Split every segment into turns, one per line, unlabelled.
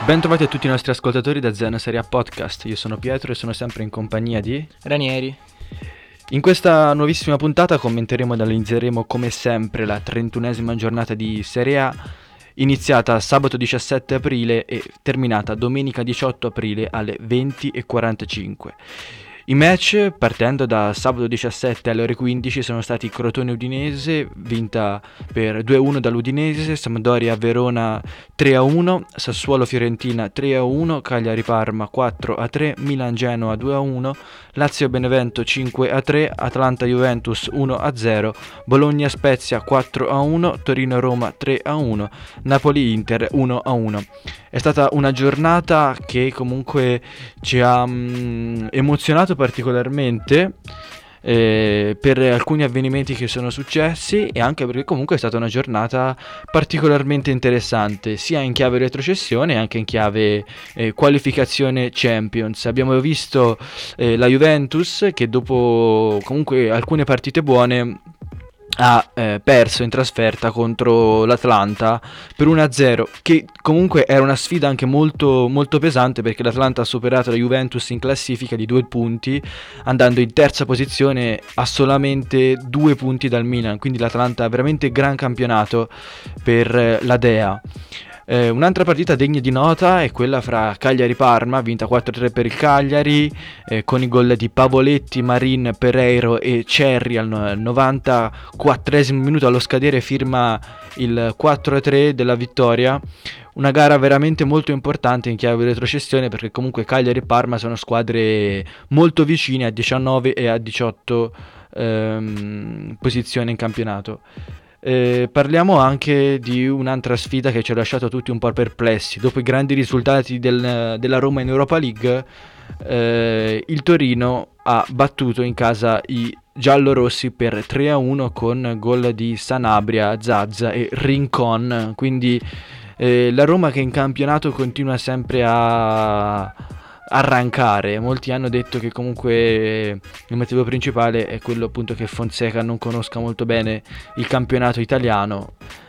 Bentrovati a tutti i nostri ascoltatori da Zen Serie A Podcast. Io sono Pietro e sono sempre in compagnia di
Ranieri.
In questa nuovissima puntata commenteremo ed analizzeremo come sempre la 31esima giornata di Serie A, iniziata sabato 17 aprile e terminata domenica 18 aprile alle 20:45. I match, partendo da sabato 17 alle ore 15, sono stati Crotone-Udinese, vinta per 2-1 dall'Udinese, Sampdoria-Verona 3-1, Sassuolo-Fiorentina 3-1, Cagliari-Parma 4-3, Milan-Genoa 2-1, Lazio-Benevento 5-3, Atalanta-Juventus 1-0, Bologna-Spezia 4-1, Torino-Roma 3-1, Napoli-Inter 1-1. È stata una giornata che comunque ci ha emozionato particolarmente per alcuni avvenimenti che sono successi e anche perché comunque è stata una giornata particolarmente interessante, sia in chiave retrocessione e anche in chiave qualificazione Champions. Abbiamo visto la Juventus che dopo comunque alcune partite buone ha perso in trasferta contro l'Atlanta per 1-0, che comunque era una sfida anche molto, molto pesante, perché l'Atlanta ha superato la Juventus in classifica di 2 punti, andando in terza posizione a solamente 2 punti dal Milan. Quindi l'Atlanta ha veramente gran campionato per la Dea. Un'altra partita degna di nota è quella fra Cagliari-Parma, vinta 4-3 per il Cagliari, con i gol di Pavoletti, Marin, Pereiro e Cerri al 94esimo minuto. Allo scadere firma il 4-3 della vittoria. Una gara veramente molto importante in chiave di retrocessione, perché comunque Cagliari e Parma sono squadre molto vicine a 19 e a 18 posizioni in campionato. Parliamo anche di un'altra sfida che ci ha lasciato tutti un po' perplessi. Dopo i grandi risultati della Roma in Europa League, il Torino ha battuto in casa i giallorossi per 3-1 con gol di Sanabria, Zazza e Rincon. Quindi la Roma, che in campionato continua sempre a arrancare. Molti hanno detto che comunque il motivo principale è quello appunto che Fonseca non conosca molto bene il campionato italiano,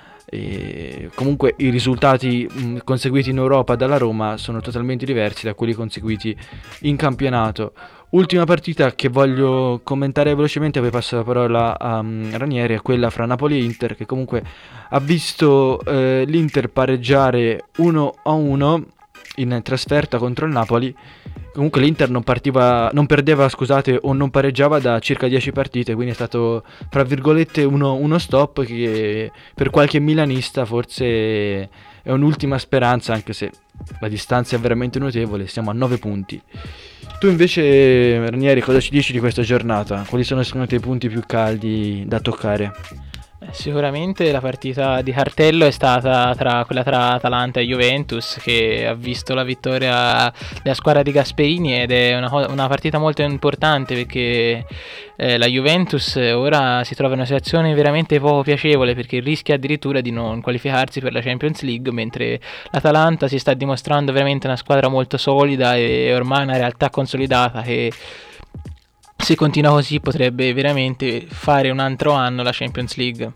e comunque i risultati conseguiti in Europa dalla Roma sono totalmente diversi da quelli conseguiti in campionato. Ultima partita che voglio commentare velocemente, poi passo la parola a Ranieri, è quella fra Napoli e Inter, che comunque ha visto l'Inter pareggiare 1-1 in trasferta contro il Napoli. Comunque l'Inter non perdeva o non pareggiava da circa 10 partite, quindi è stato tra virgolette uno stop che per qualche milanista forse è un'ultima speranza, anche se la distanza è veramente notevole, siamo a 9 punti. Tu invece, Ranieri, cosa ci dici di questa giornata? Quali sono secondo te i punti più caldi da toccare?
Sicuramente la partita di cartello è stata quella tra Atalanta e Juventus, che ha visto la vittoria della squadra di Gasperini, ed è una partita molto importante perché la Juventus ora si trova in una situazione veramente poco piacevole, perché rischia addirittura di non qualificarsi per la Champions League, mentre l'Atalanta si sta dimostrando veramente una squadra molto solida e ormai una realtà consolidata che, se continua così, potrebbe veramente fare un altro anno la Champions League.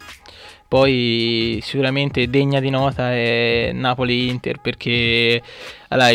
Poi sicuramente degna di nota è Napoli-Inter, perché allora,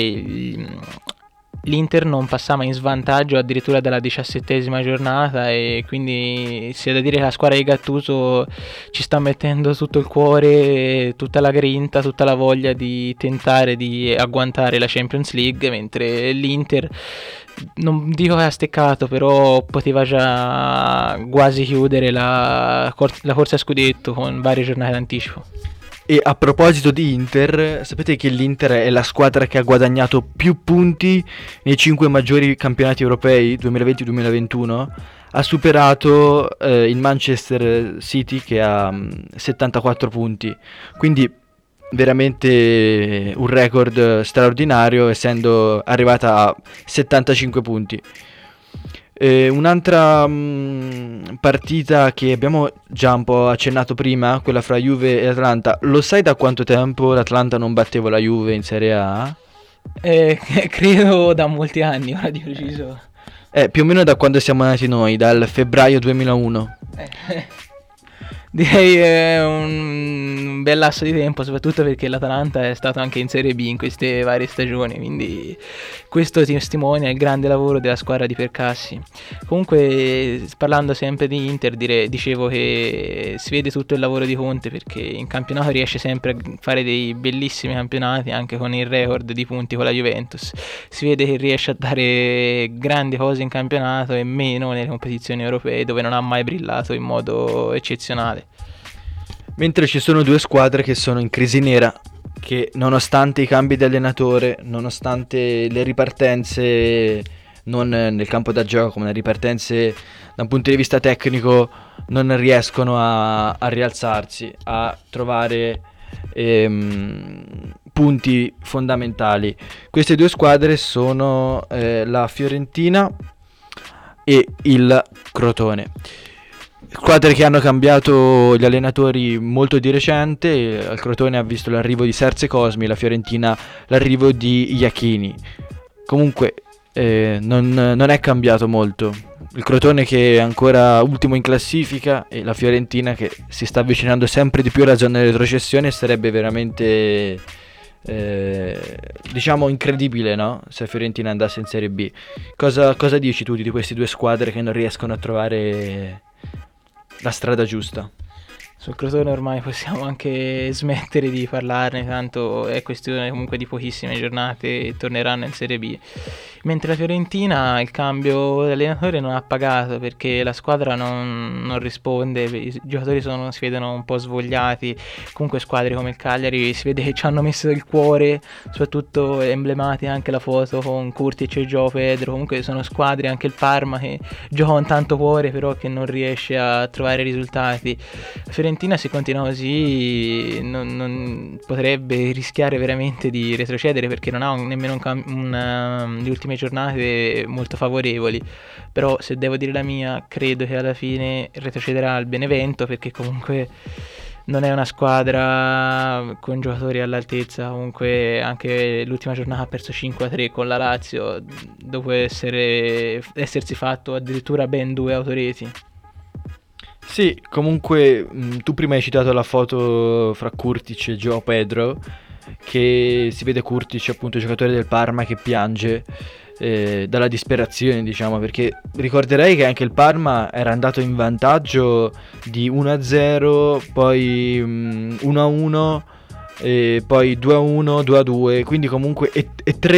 l'Inter non passava in svantaggio addirittura dalla 17esima giornata, e quindi si è da dire che la squadra di Gattuso ci sta mettendo tutto il cuore, tutta la grinta, tutta la voglia di tentare di agguantare la Champions League, mentre l'Inter, non dico che ha steccato, però poteva già quasi chiudere la corsa a scudetto con varie giornate d'anticipo.
E a proposito di Inter, sapete che l'Inter è la squadra che ha guadagnato più punti nei 5 maggiori campionati europei 2020-2021? Ha superato il Manchester City, che ha 74 punti, quindi veramente un record straordinario, essendo arrivata a 75 punti. Un'altra partita che abbiamo già un po' accennato prima, quella fra Juve e Atlanta. Lo sai da quanto tempo l'Atlanta non batteva la Juve in Serie A?
Credo da molti anni, ora di preciso.
Più o meno da quando siamo nati noi, dal febbraio 2001.
Direi un bel lasso di tempo, soprattutto perché l'Atalanta è stato anche in Serie B in queste varie stagioni, quindi questo testimonia il grande lavoro della squadra di Percassi. Comunque, parlando sempre di Inter, dicevo che si vede tutto il lavoro di Conte, perché in campionato riesce sempre a fare dei bellissimi campionati, anche con il record di punti con la Juventus. Si vede che riesce a dare grandi cose in campionato e meno nelle competizioni europee, dove non ha mai brillato in modo eccezionale.
Mentre ci sono due squadre che sono in crisi nera, che nonostante i cambi di allenatore, nonostante le ripartenze non nel campo da gioco, ma le ripartenze da un punto di vista tecnico, non riescono a rialzarsi, a trovare punti fondamentali. Queste due squadre sono la Fiorentina e il Crotone. Squadre che hanno cambiato gli allenatori molto di recente. Il Crotone ha visto l'arrivo di Serse Cosmi, la Fiorentina l'arrivo di Iachini. Comunque non è cambiato molto. Il Crotone che è ancora ultimo in classifica e la Fiorentina che si sta avvicinando sempre di più alla zona di retrocessione. Sarebbe veramente diciamo incredibile, no? Se Fiorentina andasse in Serie B. Cosa dici tu di queste due squadre che non riescono a trovare la strada giusta?
Sul Crotone ormai possiamo anche smettere di parlarne, tanto è questione comunque di pochissime giornate e torneranno in Serie B. Mentre la Fiorentina il cambio di allenatore non ha pagato, perché la squadra non risponde, i giocatori si vedono un po' svogliati. Comunque squadre come il Cagliari si vede che ci hanno messo il cuore, soprattutto emblematica anche la foto con Kurtic e João Pedro. Comunque sono squadre, anche il Parma, che gioca con tanto cuore però che non riesce a trovare risultati. La Fiorentina, se continua così, non potrebbe rischiare veramente di retrocedere, perché non ha nemmeno le ultime giornate molto favorevoli. Però se devo dire la mia, credo che alla fine retrocederà al Benevento, perché comunque non è una squadra con giocatori all'altezza. Comunque anche l'ultima giornata ha perso 5-3 con la Lazio, dopo essersi fatto addirittura ben 2 autoreti.
Sì, comunque tu prima hai citato la foto fra Kurtic e João Pedro, che si vede Kurtic, appunto giocatore del Parma, che piange dalla disperazione, diciamo, perché ricorderei che anche il Parma era andato in vantaggio di 1-0, poi 1-1, e poi 2-1, 2-2, quindi comunque e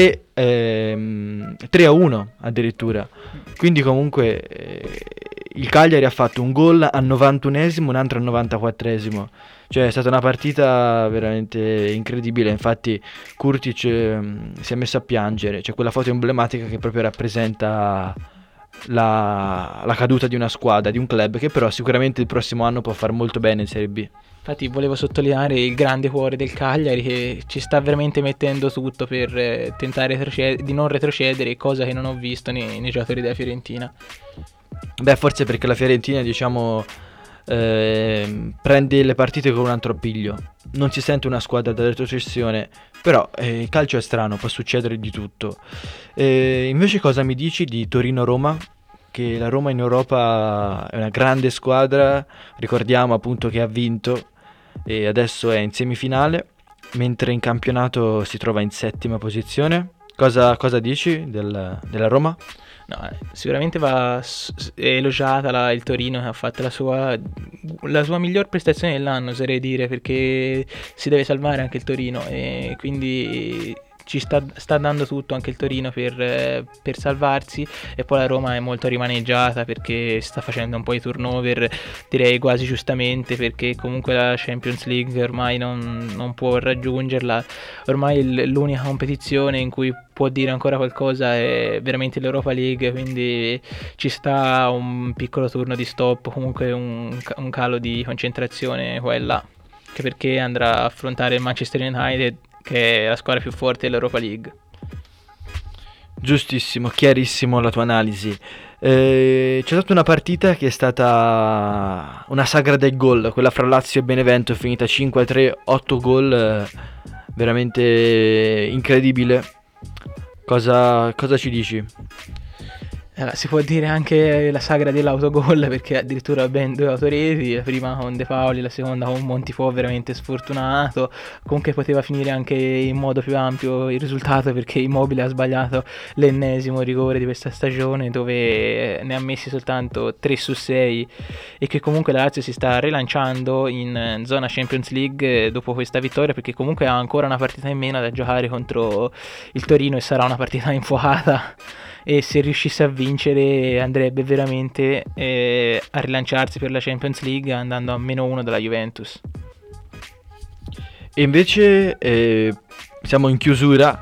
3-1 addirittura. Quindi comunque il Cagliari ha fatto un gol al 91esimo, un altro al 94esimo. Cioè è stata una partita veramente incredibile. Infatti Kurtic si è messo a piangere. C'è quella foto emblematica che proprio rappresenta la caduta di una squadra, di un club che però sicuramente il prossimo anno può far molto bene in Serie B.
Infatti volevo sottolineare il grande cuore del Cagliari, che ci sta veramente mettendo tutto per tentare di non retrocedere, cosa che non ho visto nei giocatori della Fiorentina.
Beh, forse perché la Fiorentina, diciamo, prende le partite con un altro piglio. Non si sente una squadra da retrocessione, però il calcio è strano, può succedere di tutto. Invece cosa mi dici di Torino-Roma? Che la Roma in Europa è una grande squadra, ricordiamo appunto che ha vinto e adesso è in semifinale, mentre in campionato si trova in settima posizione. Cosa dici della Roma?
No, sicuramente va elogiata il Torino, che ha fatto la sua miglior prestazione dell'anno, oserei dire, perché si deve salvare anche il Torino e quindi ci sta dando tutto anche il Torino per salvarsi. E poi la Roma è molto rimaneggiata perché sta facendo un po' di turnover, direi quasi giustamente, perché comunque la Champions League ormai non può raggiungerla. Ormai l'unica competizione in cui può dire ancora qualcosa è veramente l'Europa League, quindi ci sta un piccolo turno di stop, comunque un calo di concentrazione qua e là, anche perché andrà a affrontare il Manchester United, che è la squadra più forte dell'Europa League.
Giustissimo, chiarissimo la tua analisi. C'è stata una partita che è stata una sagra del gol, quella fra Lazio e Benevento, finita 5-3, 8 gol, veramente incredibile. Cosa ci dici?
Si può dire anche la sagra dell'autogol, perché addirittura ben 2 autoreti, la prima con De Paoli, la seconda con Montifò veramente sfortunato. Comunque poteva finire anche in modo più ampio il risultato, perché Immobile ha sbagliato l'ennesimo rigore di questa stagione, dove ne ha messi soltanto 3 su 6, e che comunque la Lazio si sta rilanciando in zona Champions League dopo questa vittoria, perché comunque ha ancora una partita in meno da giocare contro il Torino, e sarà una partita infuocata, e se riuscisse a vincere andrebbe veramente a rilanciarsi per la Champions League, andando a -1 dalla Juventus.
E invece siamo in chiusura.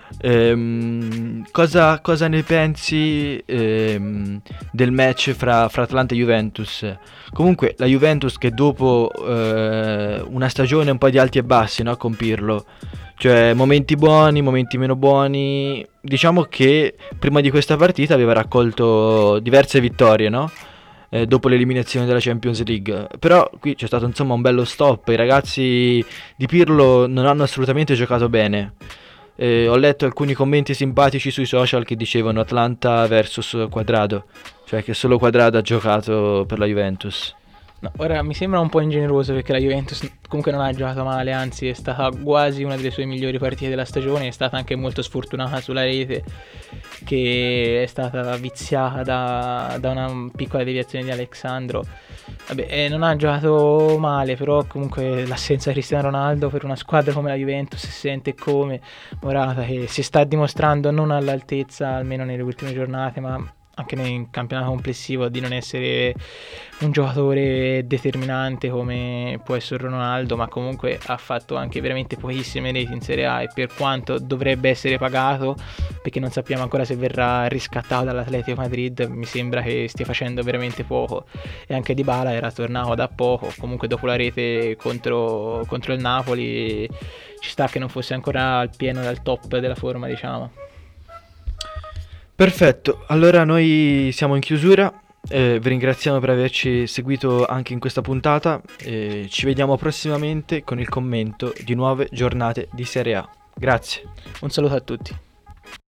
Cosa ne pensi del match fra Atalanta e Juventus? Comunque la Juventus, che dopo una stagione un po' di alti e bassi, no, con Pirlo, cioè momenti buoni, momenti meno buoni, diciamo che prima di questa partita aveva raccolto diverse vittorie, no? Dopo l'eliminazione della Champions League. Però qui c'è stato insomma un bello stop. I ragazzi di Pirlo non hanno assolutamente giocato bene. Ho letto alcuni commenti simpatici sui social che dicevano Atlanta versus Quadrado, cioè che solo Quadrado ha giocato per la Juventus.
No, ora mi sembra un po' ingeneroso, perché la Juventus comunque non ha giocato male, anzi è stata quasi una delle sue migliori partite della stagione, è stata anche molto sfortunata sulla rete, che è stata viziata da una piccola deviazione di Alexandro. Vabbè, non ha giocato male, però comunque l'assenza di Cristiano Ronaldo per una squadra come la Juventus si sente come Morata, che si sta dimostrando non all'altezza, almeno nelle ultime giornate, ma anche nel campionato complessivo, di non essere un giocatore determinante come può essere Ronaldo, ma comunque ha fatto anche veramente pochissime reti in Serie A, e per quanto dovrebbe essere pagato, perché non sappiamo ancora se verrà riscattato dall'Atletico Madrid, mi sembra che stia facendo veramente poco. E anche Dybala era tornato da poco, comunque dopo la rete contro il Napoli ci sta che non fosse ancora al pieno del top della forma, diciamo.
Perfetto, allora noi siamo in chiusura, vi ringraziamo per averci seguito anche in questa puntata, ci vediamo prossimamente con il commento di nuove giornate di Serie A. Grazie.
Un saluto a tutti.